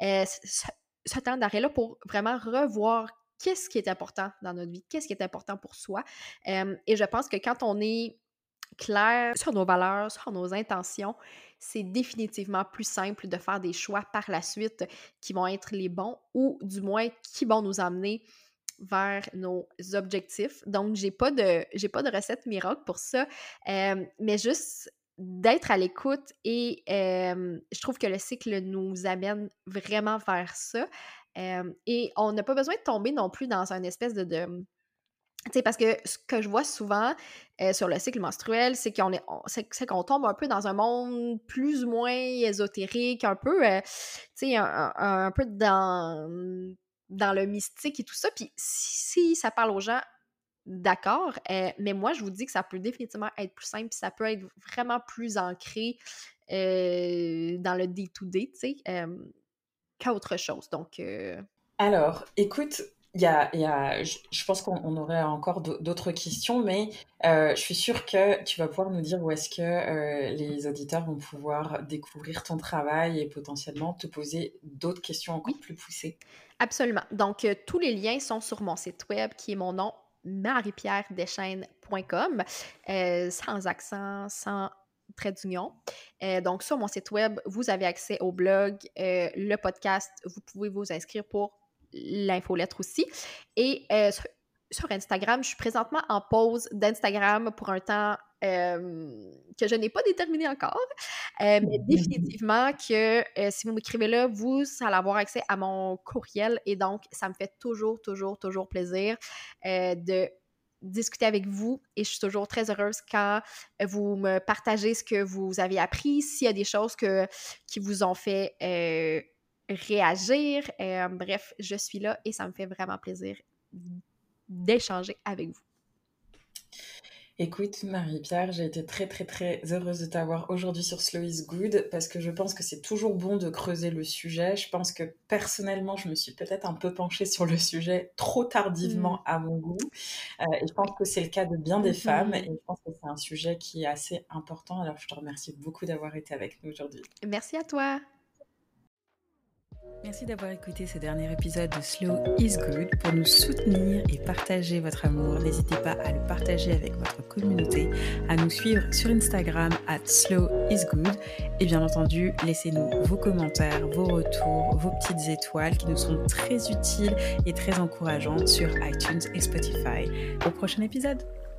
ce temps d'arrêt-là pour vraiment revoir qu'est-ce qui est important dans notre vie, qu'est-ce qui est important pour soi, et je pense que quand on est clair sur nos valeurs, sur nos intentions, c'est définitivement plus simple de faire des choix par la suite qui vont être les bons ou du moins qui vont nous amener vers nos objectifs. Donc, j'ai pas de recette miracle pour ça, mais juste d'être à l'écoute et je trouve que le cycle nous amène vraiment vers ça, et on n'a pas besoin de tomber non plus dans un espèce de tu sais, parce que ce que je vois souvent, sur le cycle menstruel, c'est qu'on tombe un peu dans un monde plus ou moins ésotérique, un peu, tu sais, un peu dans le mystique et tout ça. Puis si ça parle aux gens, d'accord, mais moi, je vous dis que ça peut définitivement être plus simple, puis ça peut être vraiment plus ancré, dans le day to day, tu sais, qu'autre chose. Donc, Alors, écoute, je pense qu'on aurait encore d'autres questions, mais je suis sûre que tu vas pouvoir nous dire où est-ce que les auditeurs vont pouvoir découvrir ton travail et potentiellement te poser d'autres questions encore oui. plus poussées. Absolument. Donc, tous les liens sont sur mon site web qui est mon nom, mariepierredeschaines.com, sans accent, sans trait d'union. Donc, sur mon site web, vous avez accès au blog, le podcast, vous pouvez vous inscrire pour l'infolettre aussi. Et sur Instagram, je suis présentement en pause d'Instagram pour un temps que je n'ai pas déterminé encore. Mais définitivement que si vous m'écrivez là, vous allez avoir accès à mon courriel et donc ça me fait toujours, toujours, toujours plaisir de discuter avec vous et je suis toujours très heureuse quand vous me partagez ce que vous avez appris, s'il y a des choses qui vous ont fait réagir. Bref, je suis là et ça me fait vraiment plaisir d'échanger avec vous. Écoute, Marie-Pierre, j'ai été très très très heureuse de t'avoir aujourd'hui sur Slow is Good parce que je pense que c'est toujours bon de creuser le sujet. Je pense que personnellement, je me suis peut-être un peu penchée sur le sujet trop Mmh, tardivement à mon goût. Et je pense oui. que c'est le cas de bien des femmes et Mhm. je pense que c'est un sujet qui est assez important. Alors je te remercie beaucoup d'avoir été avec nous aujourd'hui. Merci à toi. Merci d'avoir écouté ce dernier épisode de Slow is Good. Pour nous soutenir et partager votre amour, n'hésitez pas à le partager avec votre communauté, à nous suivre sur Instagram @slowisgood et bien entendu, laissez-nous vos commentaires, vos retours, vos petites étoiles qui nous sont très utiles et très encourageantes sur iTunes et Spotify. Au prochain épisode.